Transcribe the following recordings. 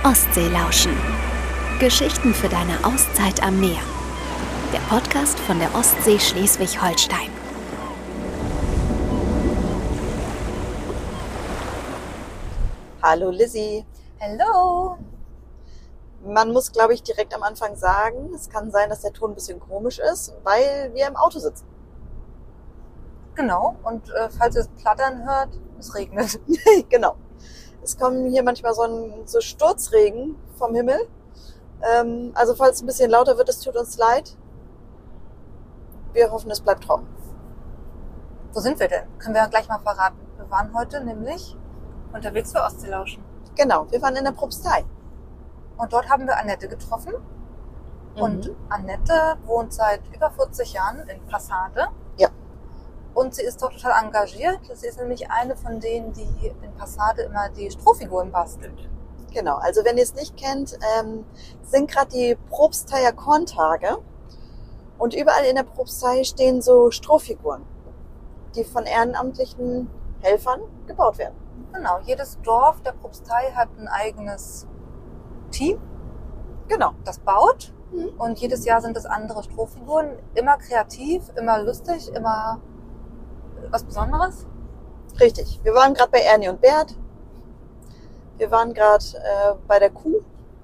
Ostseelauschen. Geschichten für deine Auszeit am Meer. Der Podcast von der Ostsee Schleswig-Holstein. Hallo Lizzie. Hallo. Man muss, glaube ich, direkt am Anfang sagen, es kann sein, dass der Ton ein bisschen komisch ist, weil wir im Auto sitzen. Genau, und falls ihr es plattern hört, es regnet. Genau. Es kommen hier manchmal so Sturzregen vom Himmel. Also falls es ein bisschen lauter wird, es tut uns leid. Wir hoffen, es bleibt trocken. Wo sind wir denn? Können wir gleich mal verraten. Wir waren heute nämlich unterwegs für Ostseelauschen. Genau, wir waren in der Propstei. Und dort haben wir Annette getroffen. Und Annette wohnt seit über 40 Jahren in Passade. Ja. Und sie ist dort total engagiert. Sie ist nämlich eine von denen, die in Passade immer die Strohfiguren bastelt. Genau, also wenn ihr es nicht kennt, sind gerade die Propsteier Korntage. Und überall in der Propstei stehen so Strohfiguren, die von ehrenamtlichen Helfern gebaut werden. Genau, jedes Dorf der Propstei hat ein eigenes Team, Genau. das baut. Und jedes Jahr sind es andere Strohfiguren. Immer kreativ, immer lustig, immer was Besonderes. Richtig. Wir waren gerade bei Ernie und Bert. Wir waren gerade bei der Kuh.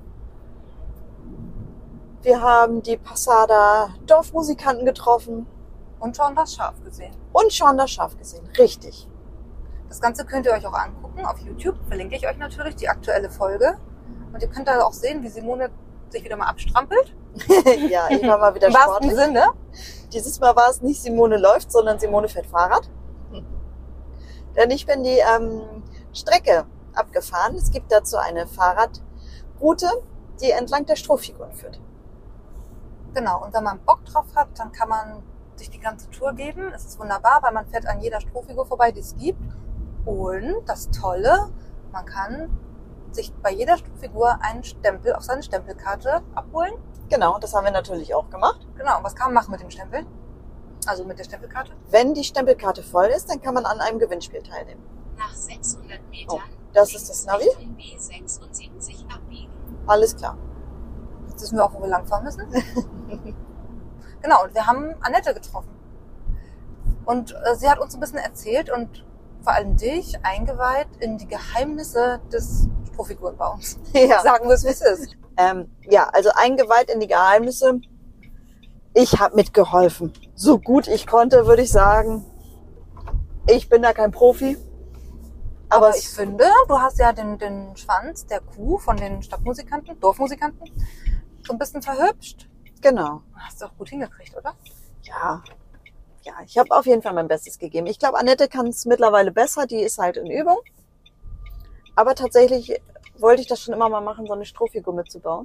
Wir haben die Passader Dorfmusikanten getroffen. Und schon das Schaf gesehen. Und schon das Schaf gesehen. Richtig. Das Ganze könnt ihr euch auch angucken auf YouTube. Verlinke ich euch natürlich die aktuelle Folge. Und ihr könnt da auch sehen, wie Simone sich wieder mal abstrampelt. Ja, ich war mal wieder Im wahrsten sportlich. Sinne. Dieses Mal war es nicht Simone läuft, sondern Simone fährt Fahrrad. Denn ich bin die Strecke abgefahren. Es gibt dazu eine Fahrradroute, die entlang der Strohfiguren führt. Genau, und wenn man Bock drauf hat, dann kann man sich die ganze Tour geben. Es ist wunderbar, weil man fährt an jeder Strohfigur vorbei, die es gibt. Und das Tolle, man kann sich bei jeder Strohfigur einen Stempel auf seine Stempelkarte abholen. Genau, das haben wir natürlich auch gemacht. Genau, und was kann man machen mit dem Stempel? Also mit der Stempelkarte? Wenn die Stempelkarte voll ist, dann kann man an einem Gewinnspiel teilnehmen. Nach 600 Metern das ist das Navi. Richtung B76 abbiegen. Alles klar. Jetzt wissen wir auch, wo wir langfahren müssen. Genau, und wir haben Annette getroffen. Und sie hat uns ein bisschen erzählt und vor allem dich eingeweiht in die Geheimnisse des Strohfigurenbauens. Ja. Sagen wir es, wie es ist. Ja, also eingeweiht in die Geheimnisse. Ich habe mitgeholfen. So gut ich konnte, würde ich sagen. Ich bin da kein Profi. Aber ich finde, du hast ja den Schwanz der Kuh von den Stadtmusikanten, Dorfmusikanten, so ein bisschen verhübscht. Genau. Hast du auch gut hingekriegt, oder? Ja, ich habe auf jeden Fall mein Bestes gegeben. Ich glaube, Annette kann es mittlerweile besser. Die ist halt in Übung. Aber tatsächlich wollte ich das schon immer mal machen, so eine Strohfigur mitzubauen.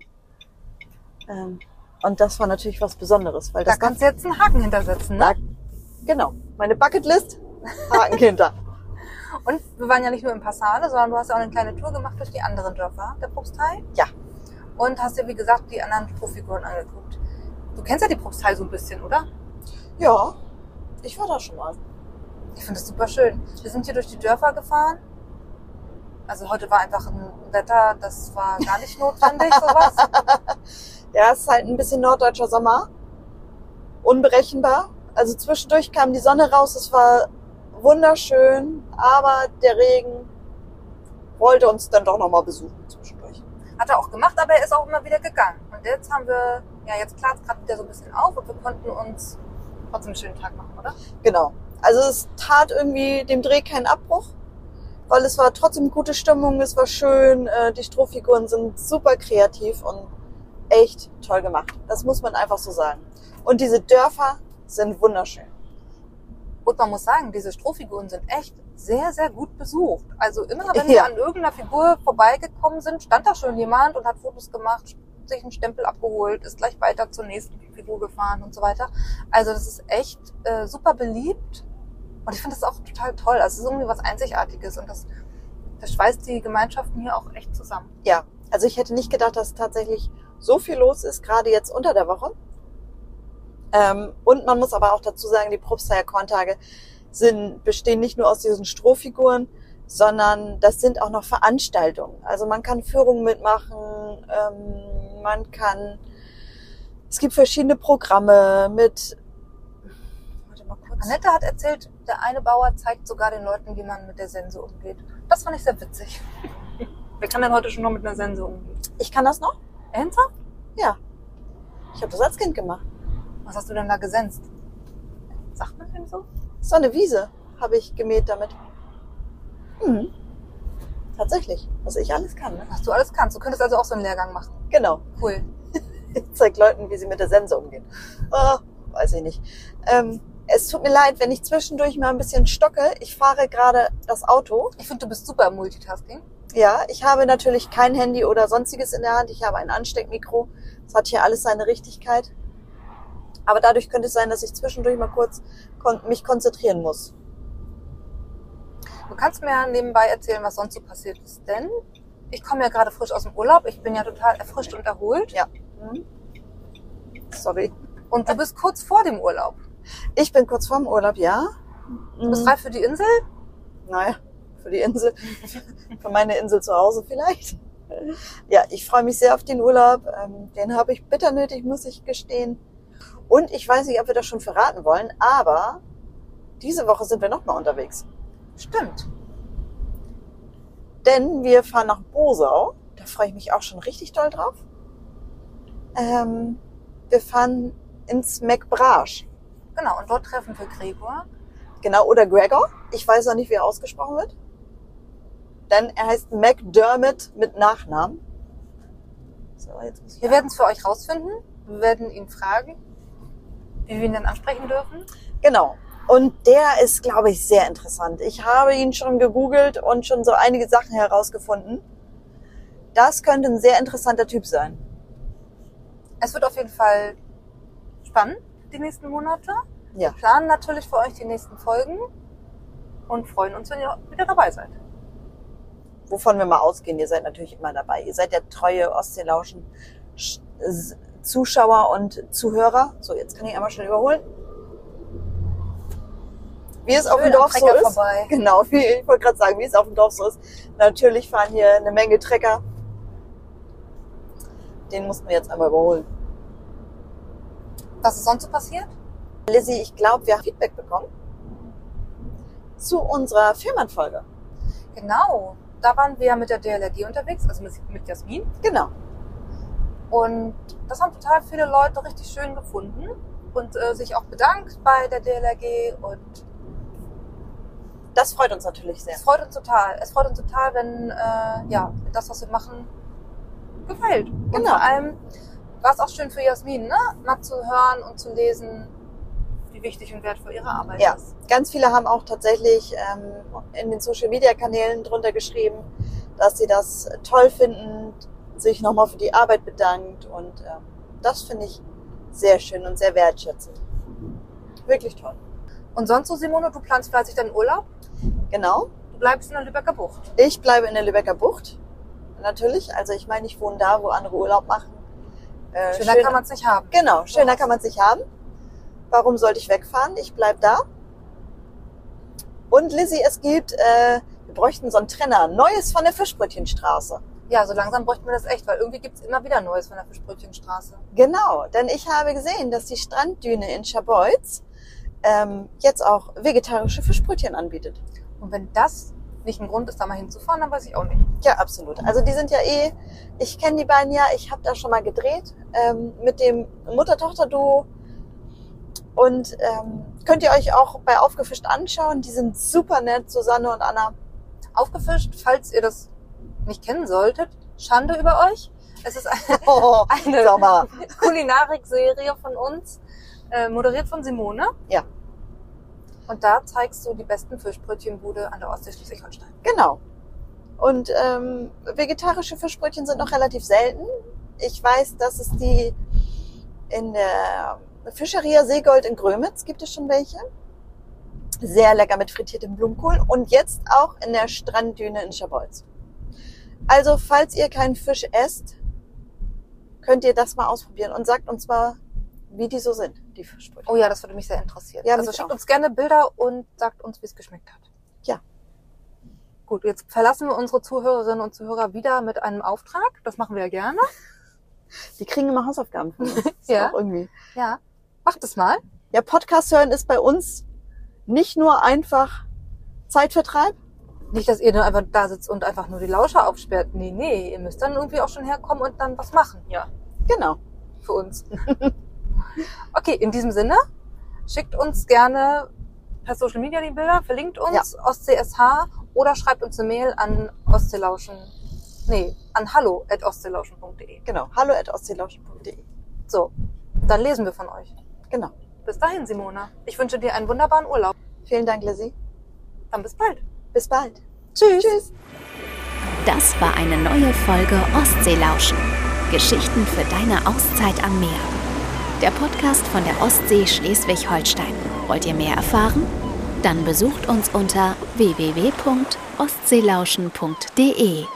Und das war natürlich was Besonderes. Weil das Da kannst du jetzt einen Haken hintersetzen, ne? Genau, meine Bucketlist, Haken hinter. Und wir waren ja nicht nur in Passade, sondern du hast ja auch eine kleine Tour gemacht durch die anderen Dörfer der Propstei. Ja. Und hast dir, wie gesagt, die anderen Strohfiguren angeguckt. Du kennst ja die Propstei so ein bisschen, oder? Ja, ich war da schon mal. Ich finde es super schön. Wir sind hier durch die Dörfer gefahren. Also heute war einfach ein Wetter, das war gar nicht notwendig, sowas. Ja, es ist halt ein bisschen norddeutscher Sommer. Unberechenbar. Also zwischendurch kam die Sonne raus, es war wunderschön, aber der Regen wollte uns dann doch nochmal besuchen zwischendurch. Hat er auch gemacht, aber er ist auch immer wieder gegangen. Und jetzt haben wir, ja, jetzt klart es gerade wieder so ein bisschen auf und wir konnten uns trotzdem einen schönen Tag machen, oder? Genau. Also es tat irgendwie dem Dreh keinen Abbruch, weil es war trotzdem gute Stimmung, es war schön, die Strohfiguren sind super kreativ und echt toll gemacht. Das muss man einfach so sagen. Und diese Dörfer sind wunderschön. Und man muss sagen, diese Strohfiguren sind echt sehr, sehr gut besucht. Also immer, wenn wir an irgendeiner Figur vorbeigekommen sind, stand da schon jemand und hat Fotos gemacht, sich einen Stempel abgeholt, ist gleich weiter zur nächsten Figur gefahren und so weiter. Also das ist echt super beliebt. Und ich finde das auch total toll. Also es ist irgendwie was Einzigartiges und das schweißt die Gemeinschaften hier auch echt zusammen. Ja, also ich hätte nicht gedacht, dass tatsächlich so viel los ist, gerade jetzt unter der Woche. Und man muss aber auch dazu sagen, die Propsteier Korntage bestehen nicht nur aus diesen Strohfiguren, sondern das sind auch noch Veranstaltungen. Also man kann Führungen mitmachen, es gibt verschiedene Programme mit, warte mal kurz. Annette hat erzählt, der eine Bauer zeigt sogar den Leuten, wie man mit der Sense umgeht. Das fand ich sehr witzig. Wer kann denn heute schon noch mit einer Sense umgehen? Ich kann das noch? Ernsthaft? Ja. Ich habe das als Kind gemacht. Was hast du denn da gesenzt? Sagt man denn so? So eine Wiese habe ich gemäht damit. Mhm. Tatsächlich, was ich alles kann. Ne? Was du alles kannst. Du könntest also auch so einen Lehrgang machen. Genau. Cool. Ich zeige Leuten, wie sie mit der Sense umgehen. Oh, weiß ich nicht. Es tut mir leid, wenn ich zwischendurch mal ein bisschen stocke. Ich fahre gerade das Auto. Ich finde, du bist super im Multitasking. Ja, ich habe natürlich kein Handy oder sonstiges in der Hand. Ich habe ein Ansteckmikro. Das hat hier alles seine Richtigkeit. Aber dadurch könnte es sein, dass ich zwischendurch mal kurz mich konzentrieren muss. Du kannst mir ja nebenbei erzählen, was sonst so passiert ist. Denn ich komme ja gerade frisch aus dem Urlaub. Ich bin ja total erfrischt und erholt. Ja. Sorry. Und du bist kurz vor dem Urlaub. Ich bin kurz vorm Urlaub, ja. Du bist reif für die Insel? Naja, für die Insel. Für meine Insel zu Hause vielleicht. Ja, ich freue mich sehr auf den Urlaub. Den habe ich bitter nötig, muss ich gestehen. Und ich weiß nicht, ob wir das schon verraten wollen, aber diese Woche sind wir nochmal unterwegs. Stimmt. Denn wir fahren nach Bosau. Da freue ich mich auch schon richtig doll drauf. Wir fahren ins McBrach. Genau, und dort treffen wir Gregor. Genau, oder Gregor. Ich weiß noch nicht, wie er ausgesprochen wird. Denn er heißt McDermott mit Nachnamen. So, jetzt muss ich Wir werden es für euch rausfinden. Wir werden ihn fragen, wie wir ihn dann ansprechen dürfen. Genau. Und der ist, glaube ich, sehr interessant. Ich habe ihn schon gegoogelt und schon so einige Sachen herausgefunden. Das könnte ein sehr interessanter Typ sein. Es wird auf jeden Fall spannend, die nächsten Monate. Ja. Wir planen natürlich für euch die nächsten Folgen und freuen uns, wenn ihr wieder dabei seid. Wovon wir mal ausgehen, ihr seid natürlich immer dabei. Ihr seid der treue Ostseelauschen Zuschauer und Zuhörer. So, jetzt kann ich einmal schnell überholen. Wie es auf dem Dorf so ist. Vorbei. Genau, ich wollte gerade sagen, wie es auf dem Dorf so ist. Natürlich fahren hier eine Menge Trecker. Den mussten wir jetzt einmal überholen. Was ist sonst so passiert? Lizzie, ich glaube, wir haben Feedback bekommen zu unserer Fehmarn-Folge. Genau, da waren wir mit der DLRG unterwegs, also mit Jasmin. Genau. Und das haben total viele Leute richtig schön gefunden und sich auch bedankt bei der DLRG. Und das freut uns natürlich sehr. es freut uns total. Es freut uns total, wenn das, was wir machen, gefällt. Genau. Und vor allem war es auch schön für Jasmin, ne? Mal zu hören und zu lesen, wie wichtig und wertvoll ihre Arbeit Ja, ist. ganz viele haben auch tatsächlich in den Social-Media-Kanälen drunter geschrieben, dass sie das toll finden, sich nochmal für die Arbeit bedankt. Und das finde ich sehr schön und sehr wertschätzend. Wirklich toll. Und sonst so, Simone, du planst fleißig deinen Urlaub? Genau. Du bleibst in der Lübecker Bucht. Ich bleibe in der Lübecker Bucht. Natürlich. Also ich meine, ich wohne da, wo andere Urlaub machen. Schöner kann man es nicht haben. Genau, schöner kann man es nicht haben. Warum sollte ich wegfahren? Ich bleib da. Und Lizzie, es gibt, wir bräuchten so einen Trenner. Neues von der Fischbrötchenstraße. Ja, so langsam bräuchten wir das echt, weil irgendwie gibt's immer wieder Neues von der Fischbrötchenstraße. Genau, denn ich habe gesehen, dass die Stranddüne in Scharbeutz jetzt auch vegetarische Fischbrötchen anbietet. Und wenn das nicht ein Grund ist, da mal hinzufahren, dann weiß ich auch nicht. Ja, absolut. Also die sind ja ich kenne die beiden ja, ich habe da schon mal gedreht mit dem Mutter-Tochter-Duo. Und könnt ihr euch auch bei Aufgefischt anschauen. Die sind super nett, Susanne und Anna. Aufgefischt, falls ihr das nicht kennen solltet, Schande über euch. Es ist eine Sag mal. Kulinarik-Serie von uns, moderiert von Simone. Ja. Und da zeigst du die besten Fischbrötchenbude an der Ostsee Schleswig-Holstein. Genau. Und vegetarische Fischbrötchen sind noch relativ selten. Ich weiß, dass es die in der Fischeria Seegold in Grömitz gibt es schon welche. Sehr lecker mit frittiertem Blumenkohl. Und jetzt auch in der Stranddüne in Scharbeutz. Also, falls ihr keinen Fisch esst, könnt ihr das mal ausprobieren und sagt uns mal, wie die so sind, die Fischbrötchen. Oh ja, das würde mich sehr interessieren. Ja, also mich schickt auch. uns gerne Bilder und sagt uns, wie es geschmeckt hat. Ja. Gut, jetzt verlassen wir unsere Zuhörerinnen und Zuhörer wieder mit einem Auftrag. Das machen wir ja gerne. Die kriegen immer Hausaufgaben von uns. Ja. Auch irgendwie. Ja, mach das mal. Ja, Podcast hören ist bei uns nicht nur einfach Zeitvertreib. Nicht, dass ihr nur einfach da sitzt und einfach nur die Lauscher aufsperrt. Nee, ihr müsst dann irgendwie auch schon herkommen und dann was machen. Ja, Genau. für uns. Okay, in diesem Sinne, schickt uns gerne per Social Media die Bilder, verlinkt uns OstseeSH oder schreibt uns eine Mail an hallo@ostseelauschen.de. Genau. hallo@ostseelauschen.de. So, dann lesen wir von euch. Genau. Bis dahin, Simona. Ich wünsche dir einen wunderbaren Urlaub. Vielen Dank, Lizzie. Dann bis bald. Bis bald. Tschüss. Das war eine neue Folge Ostseelauschen. Geschichten für deine Auszeit am Meer. Der Podcast von der Ostsee Schleswig-Holstein. Wollt ihr mehr erfahren? Dann besucht uns unter www.ostseelauschen.de.